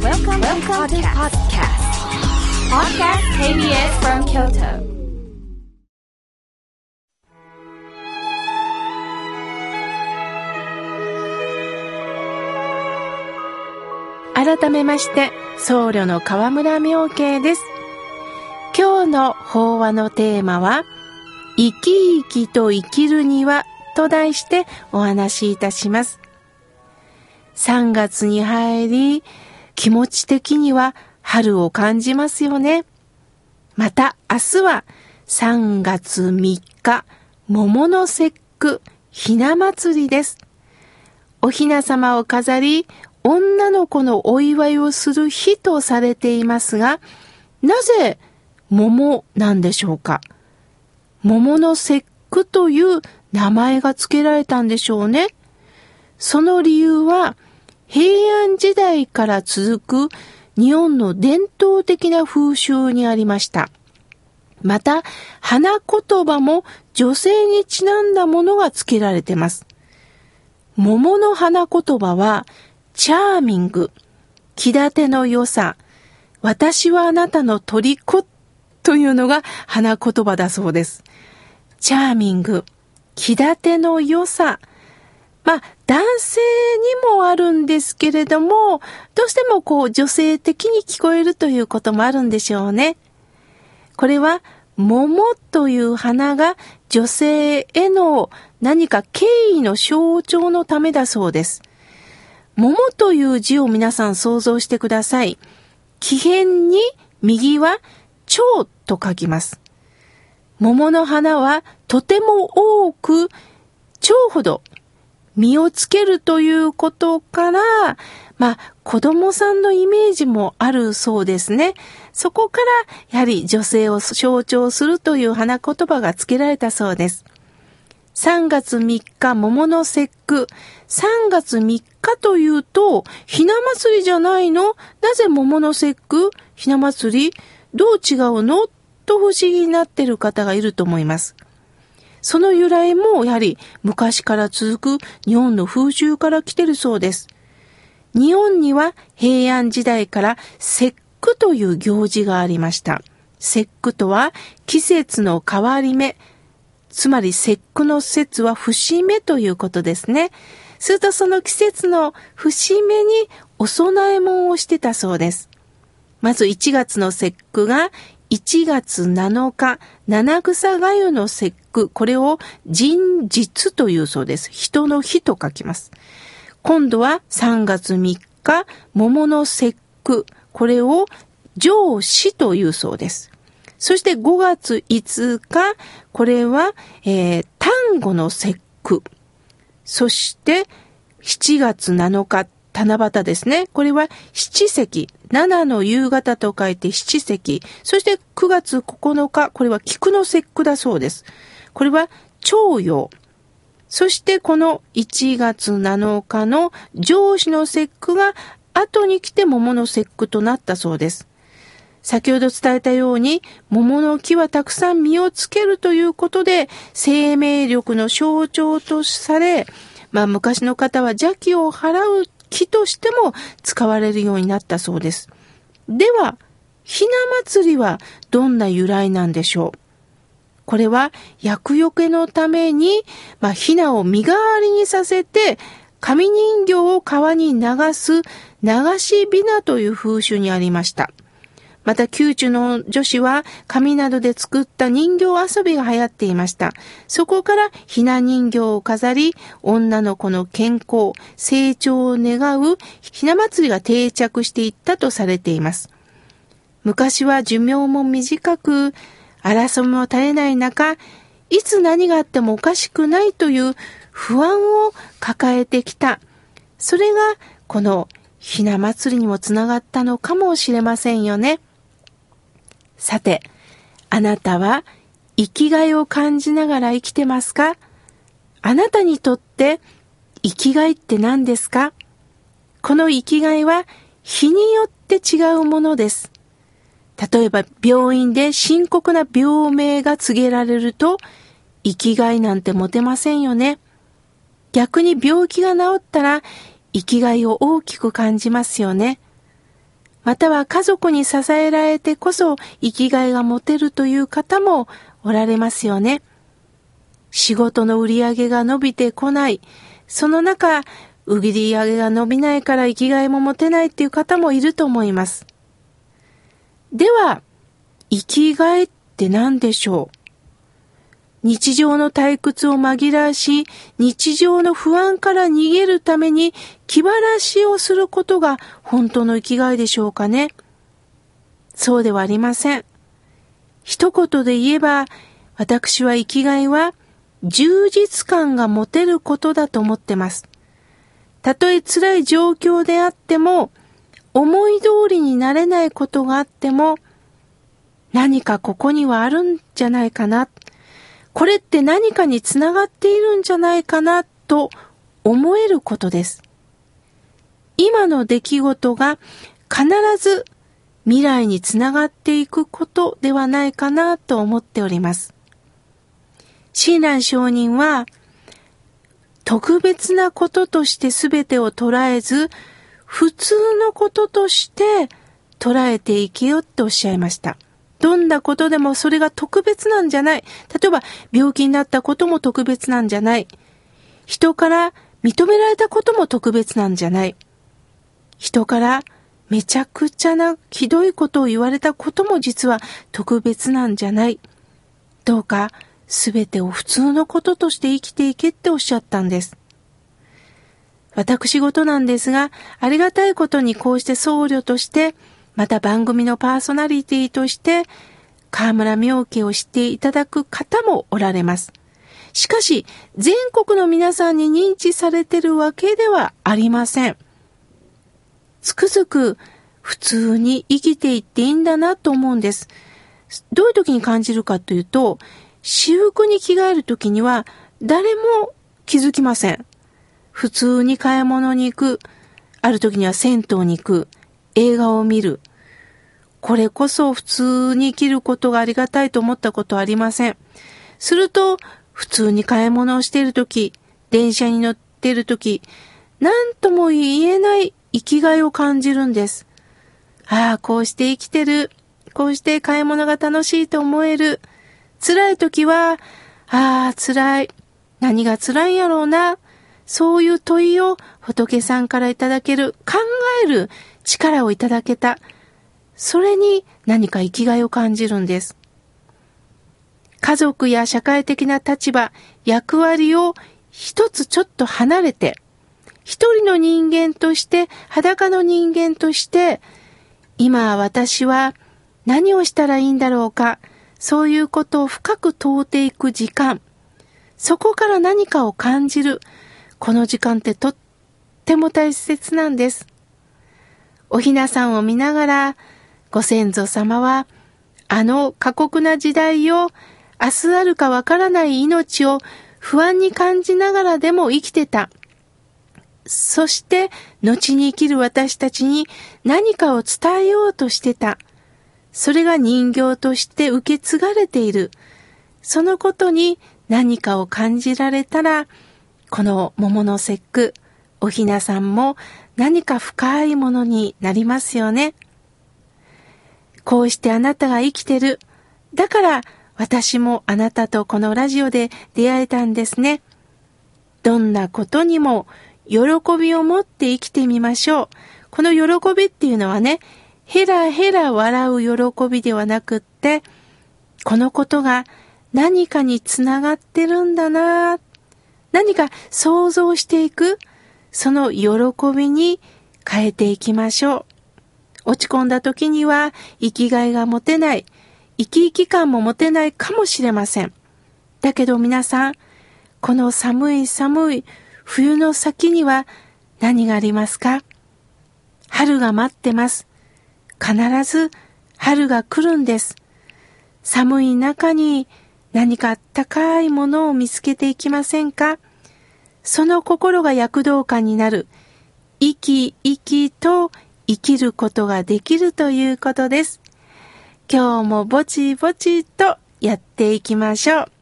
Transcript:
Welcome to podcast. Podcast KBS from Kyoto. 改めまして僧侶の河村妙慶です。今日の法話のテーマは生き生きと生きるにはと題してお話しいたします。3月に入り、気持ち的には春を感じますよね。また明日は3月3日、桃の節句、ひな祭りです。おひな様を飾り、女の子のお祝いをする日とされていますが、なぜ桃なんでしょうか。桃の節句という名前が付けられたんでしょうね。その理由は、平安時代から続く日本の伝統的な風習にありました。また、花言葉も女性にちなんだものが付けられています。桃の花言葉は、チャーミング、気立ての良さ、私はあなたの虜というのが花言葉だそうです。チャーミング、気立ての良さ。男性にもあるんですけれども、どうしても女性的に聞こえるということもあるんでしょうね。これは桃という花が女性への何か敬意の象徴のためだそうです。桃という字を皆さん想像してください。木偏に右は蝶と書きます。桃の花はとても多く蝶ほど実をつけるということから、子供さんのイメージもあるそうですね。そこからやはり女性を象徴するという花言葉が付けられたそうです。3月3日桃の節句。3月3日というと、ひな祭りじゃないの？なぜ桃の節句？ひな祭り？どう違うの？と不思議になっている方がいると思います。その由来もやはり昔から続く日本の風習から来ているそうです。日本には平安時代から節句という行事がありました。節句とは季節の変わり目、つまり節句の節は節目ということですね。するとその季節の節目にお供え物をしてたそうです。まず1月の節句が1月7日、七草がゆの節句、これを人日というそうです。人の日と書きます。今度は3月3日、桃の節句、これを上子というそうです。そして5月5日、これは、端午の節句。そして7月7日、七夕ですね。これは七夕。七の夕方と書いて七夕。そして9月9日、これは菊の節句だそうです。これは重陽。そしてこの1月7日の上子の節句が後に来て桃の節句となったそうです。先ほど伝えたように、桃の木はたくさん実をつけるということで、生命力の象徴とされ、昔の方は邪気を払う木としても使われるようになったそうです。では、ひな祭りはどんな由来なんでしょう。これは厄除けのために、ひなを身代わりにさせて、紙人形を川に流す流しびなという風習にありました。また宮中の女子は紙などで作った人形遊びが流行っていました。そこからひな人形を飾り、女の子の健康、成長を願うひな祭りが定着していったとされています。昔は寿命も短く、争いも絶えない中、いつ何があってもおかしくないという不安を抱えてきた。それがこのひな祭りにもつながったのかもしれませんよね。さて、あなたは生きがいを感じながら生きてますか？あなたにとって生きがいって何ですか？この生きがいは日によって違うものです。例えば病院で深刻な病名が告げられると生きがいなんて持てませんよね。逆に病気が治ったら生きがいを大きく感じますよね。 または家族に支えられてこそ生きがいが持てるという方もおられますよね。仕事の売り上げが伸びてこない。その中、売り上げが伸びないから生きがいも持てないっていう方もいると思います。では、生きがいって何でしょう？日常の退屈を紛らわし、日常の不安から逃げるために気晴らしをすることが本当の生きがいでしょうかね。そうではありません。一言で言えば、私は生きがいは充実感が持てることだと思ってます。たとえ辛い状況であっても、思い通りになれないことがあっても、何かここにはあるんじゃないかな。これって何かにつながっているんじゃないかなと思えることです。今の出来事が必ず未来につながっていくことではないかなと思っております。親鸞上人は、特別なこととして全てを捉えず、普通のこととして捉えていけよっておっしゃいました。どんなことでもそれが特別なんじゃない。例えば病気になったことも特別なんじゃない。人から認められたことも特別なんじゃない。人からめちゃくちゃなひどいことを言われたことも実は特別なんじゃない。どうかすべてを普通のこととして生きていけっておっしゃったんです。私事なんですが、ありがたいことにこうして僧侶としてまた番組のパーソナリティとして河村妙家を知っていただく方もおられます。しかし全国の皆さんに認知されているわけではありません。つくづく普通に生きていっていいんだなと思うんです。どういう時に感じるかというと、私服に着替える時には誰も気づきません。普通に買い物に行く、ある時には銭湯に行く、映画を見る。これこそ普通に生きることがありがたいと思ったことはありません。すると、普通に買い物をしているとき、電車に乗っているとき、何とも言えない生きがいを感じるんです。ああ、こうして生きてる。こうして買い物が楽しいと思える。辛いときは、ああ、辛い。何が辛いんやろうな。そういう問いを仏さんからいただける、考える力をいただけた。それに何か生きがいを感じるんです。家族や社会的な立場、役割を一つちょっと離れて、一人の人間として、裸の人間として、今私は何をしたらいいんだろうか、そういうことを深く問うていく時間、そこから何かを感じる、この時間ってとっても大切なんです。おひなさんを見ながら、ご先祖様は、あの過酷な時代を、明日あるかわからない命を不安に感じながらでも生きてた。そして、後に生きる私たちに何かを伝えようとしてた。それが人形として受け継がれている。そのことに何かを感じられたら、この桃の節句、おひなさんも何か深いものになりますよね。こうしてあなたが生きてる。だから私もあなたとこのラジオで出会えたんですね。どんなことにも喜びを持って生きてみましょう。この喜びっていうのはね、ヘラヘラ笑う喜びではなくって、このことが何かにつながってるんだな、何か想像していく、その喜びに変えていきましょう。落ち込んだ時には生きがいが持てない、生き生き感も持てないかもしれません。だけど皆さん、この寒い寒い冬の先には何がありますか？春が待ってます。必ず春が来るんです。寒い中に何かあったかいものを見つけていきませんか？その心が躍動感になる。生き生きと生きることができるということです。今日もぼちぼちとやっていきましょう。